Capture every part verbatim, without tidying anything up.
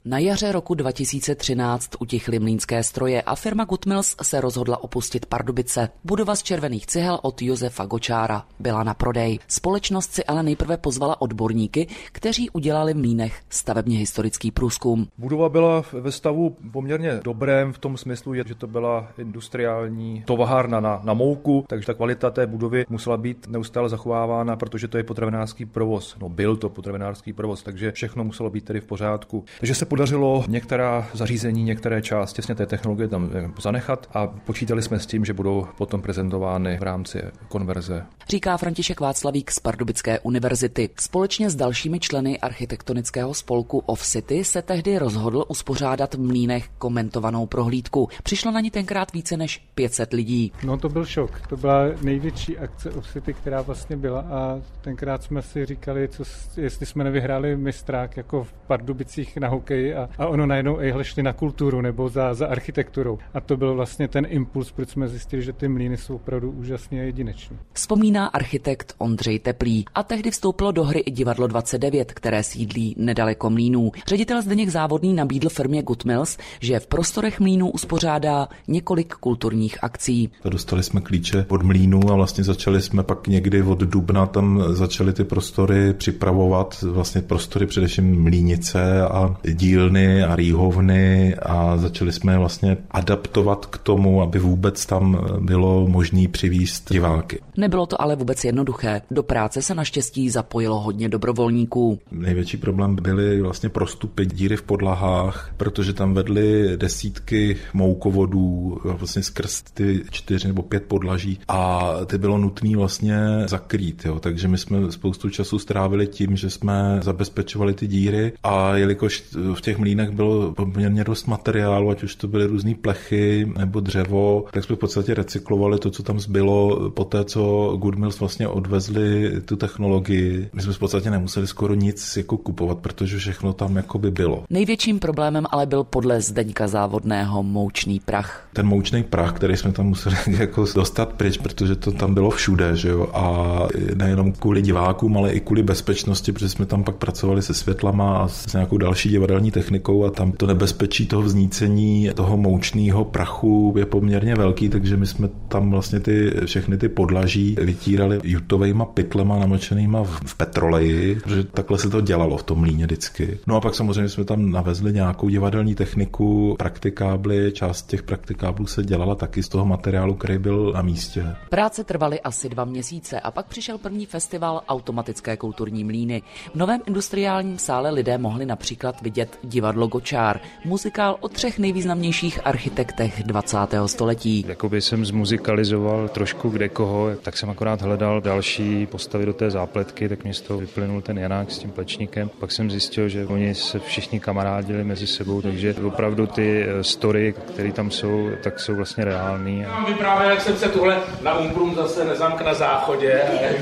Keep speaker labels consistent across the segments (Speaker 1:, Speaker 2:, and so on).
Speaker 1: Na jaře roku dva tisíce třináct utichly mlýnské stroje a firma Goodmills se rozhodla opustit Pardubice. Budova z červených cihel od Josefa Gočára byla na prodej. Společnost si ale nejprve pozvala odborníky, kteří udělali v Mlýnech stavebně historický průzkum.
Speaker 2: Budova byla ve stavu poměrně dobrém v tom smyslu, že to byla industriální továrna na, na mouku, takže ta kvalita té budovy musela být neustále zachovávána, protože to je potravinářský provoz. No, byl to potravinářský provoz, takže všechno muselo být tedy v pořádku. Takže se podařilo některá zařízení, některé části těsně té technologie tam zanechat a počítali jsme s tím, že budou potom prezentovány v rámci konverze.
Speaker 1: Říká František Václavík z Pardubické univerzity. Společně s dalšími členy architektonického spolku Off City se tehdy rozhodl uspořádat v Mlýnech komentovanou prohlídku. Přišlo na ní tenkrát více než pět set lidí.
Speaker 3: No to byl šok. To byla největší akce Off City, která vlastně byla a tenkrát jsme si říkali, co, jestli jsme nevyhráli mistrák jako v Pardubicích na hokej a, a ono najednou ejhle šli na kulturu nebo za, za architekturou. A to byl vlastně ten impuls, proč jsme zjistili, že ty mlýny jsou opravdu úžasně jedinečné.
Speaker 1: Vzpomíná architekt Ondřej Teplý. A tehdy vstoupilo do hry i divadlo dvacet devět, které sídlí nedaleko Mlýnů. Ředitel Zdeněk Závodný nabídl firmě Goodmills, že v prostorech Mlýnů uspořádá několik kulturních akcí.
Speaker 4: Dostali jsme klíče od Mlýnů a vlastně začali jsme pak někdy od dubna tam začali ty prostory připravovat, vlastně prostory především mlýnice a dílny a rýhovny a začali jsme vlastně adaptovat k tomu, aby vůbec tam bylo možné přivízt diváky.
Speaker 1: Nebylo to ale vůbec jednoduché. Do práce se naštěstí zapojilo hodně dobrovolníků.
Speaker 4: Největší problém byly vlastně prostupy, díry v podlahách, protože tam vedly desítky moukovodů vlastně skrz ty čtyři nebo pět podlaží a ty bylo nutné vlastně zakrýt. Jo. Takže my jsme spoustu času strávili tím, že jsme zabezpečovali ty díry a jelikož v těch mlýnech bylo poměrně dost materiálu, ať už to byly různé plechy nebo dřevo, tak jsme v podstatě recyklovali to, co tam zbylo po té, co Goodmills vlastně odvezli tu technologii. My jsme v podstatě nemuseli skoro nic jako kupovat, protože všechno tam jako by bylo.
Speaker 1: Největším problémem ale byl podle Zdeňka Závodného moučný prach.
Speaker 4: Ten moučný prach, který jsme tam museli jako dostat pryč, protože to tam bylo všude, že jo? A nejenom kvůli divákům, ale i kvůli bezpečnosti, protože jsme tam pak pracovali se světlama a s nějakou další divadelní technikou a tam to nebezpečí toho vznícení toho moučného prachu je poměrně velký, takže my jsme tam vlastně ty všechny ty podlaží vytírali jutovejma pytlema namočenýma v, v petroleji, protože takhle se to dělalo v tom Mlýně vždycky. No a pak samozřejmě jsme tam navezli nějakou divadelní techniku, praktikábly, část těch praktikáblů se dělala taky z toho materiálu, který byl na místě.
Speaker 1: Práce trvaly asi dva měsíce a pak přišel první festival Automatické kulturní mlýny. V novém industriálním sále lidé mohli například vidět divadlo Gočár, muzikál o třech nejvýznamnějších architektech dvacátého století.
Speaker 5: Jakoby jsem zmuzikalizoval trošku kde koho, tak jsem akorát hledal další postavy do té zápletky, tak mě z toho vyplynul ten Janák s tím Plečníkem. Pak jsem zjistil, že oni se všichni kamarádili mezi sebou, takže opravdu ty story, které tam jsou, tak jsou vlastně reální.
Speaker 6: Mám vyprávět, jak jsem se tuhle na Umbrum zase nezamk na záchodě.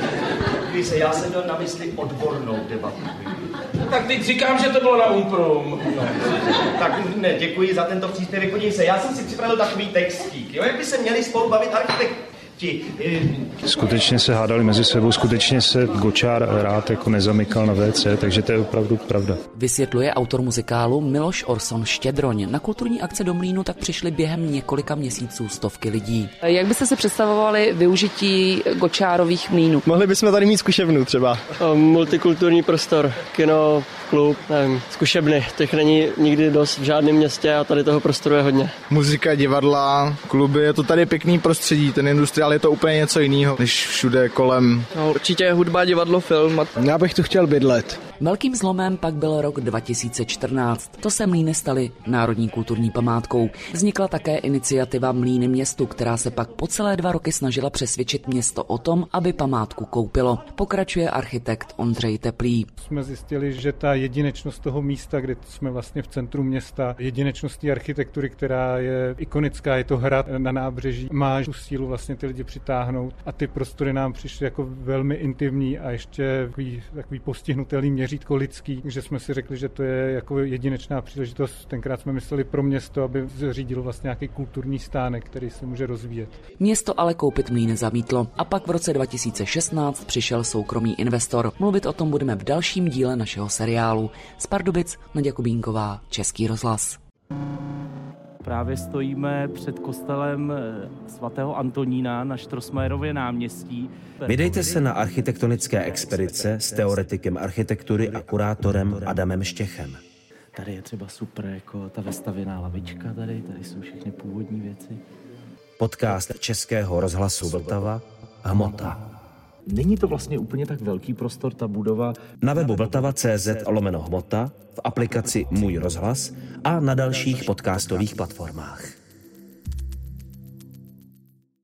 Speaker 7: Když se, já jsem měl na mysli odbornou debatu.
Speaker 6: Tak teď říkám, že to bylo na Umbrum.
Speaker 7: No, tak ne, děkuji za tento příspěvek. Podívej se, já jsem si připravil takový textík, jo, jak by se měli spolu bavit architekti.
Speaker 5: Skutečně se hádali mezi sebou, skutečně se Gočár rád jako nezamykal na vé cé, takže to je opravdu pravda.
Speaker 1: Vysvětluje autor muzikálu Miloš Orson Štědroň. Na kulturní akce do Mlýnu tak přišly během několika měsíců stovky lidí. Jak byste si představovali využití Gočárových mlýnů?
Speaker 8: Mohli bychom tady mít zkušebnu třeba. Multikulturní prostor, kino, klub, nevím, zkušebny. Těch není nikdy dost v žádném městě a tady toho prostoru je hodně.
Speaker 9: Muzika, divadla, kluby, je to tady pěkný prostředí, ten industriál je to úplně něco jiného, než všude kolem.
Speaker 8: No, určitě hudba, divadlo, film.
Speaker 9: Já bych tu chtěl bydlet.
Speaker 1: Velkým zlomem pak byl rok dva tisíce čtrnáct. To se Mlýny staly národní kulturní památkou. Vznikla také iniciativa Mlýny městu, která se pak po celé dva roky snažila přesvědčit město o tom, aby památku koupilo. Pokračuje architekt Ondřej Teplý.
Speaker 3: Jsme zjistili, že ta jedinečnost toho místa, kde jsme vlastně v centru města, jedinečnost té architektury, která je ikonická, je to hrad na nábřeží, má tu sílu vlastně ty lidi přitáhnout a ty prostory nám přišly jako velmi intimní a ještě takový, takový postihnutelný měřítko lidský, že jsme si řekli, že to je jako jedinečná příležitost. Tenkrát jsme mysleli pro město, aby zřídilo vlastně nějaký kulturní stánek, který se může rozvíjet.
Speaker 1: Město ale koupit mlýn nezamítlo a pak v roce dva tisíce šestnáct přišel soukromý investor. Mluvit o tom budeme v dalším díle našeho seriálu. Z Pardubic Naďa Kubínková, Český rozhlas.
Speaker 10: Právě stojíme před kostelem svatého Antonína na Štrosmajerově náměstí.
Speaker 11: Vydejte se na architektonické expedice s teoretikem architektury a kurátorem Adamem Štěchem.
Speaker 10: Tady je třeba super jako ta vestavěná lavička, tady, tady jsou všechny původní věci.
Speaker 11: Podcast Českého rozhlasu Vltava Hmota.
Speaker 10: Není to vlastně úplně tak velký prostor, ta budova.
Speaker 11: Na webu vltava tečka cé zet lomeno hmota, v aplikaci Můj rozhlas a na dalších podcastových platformách.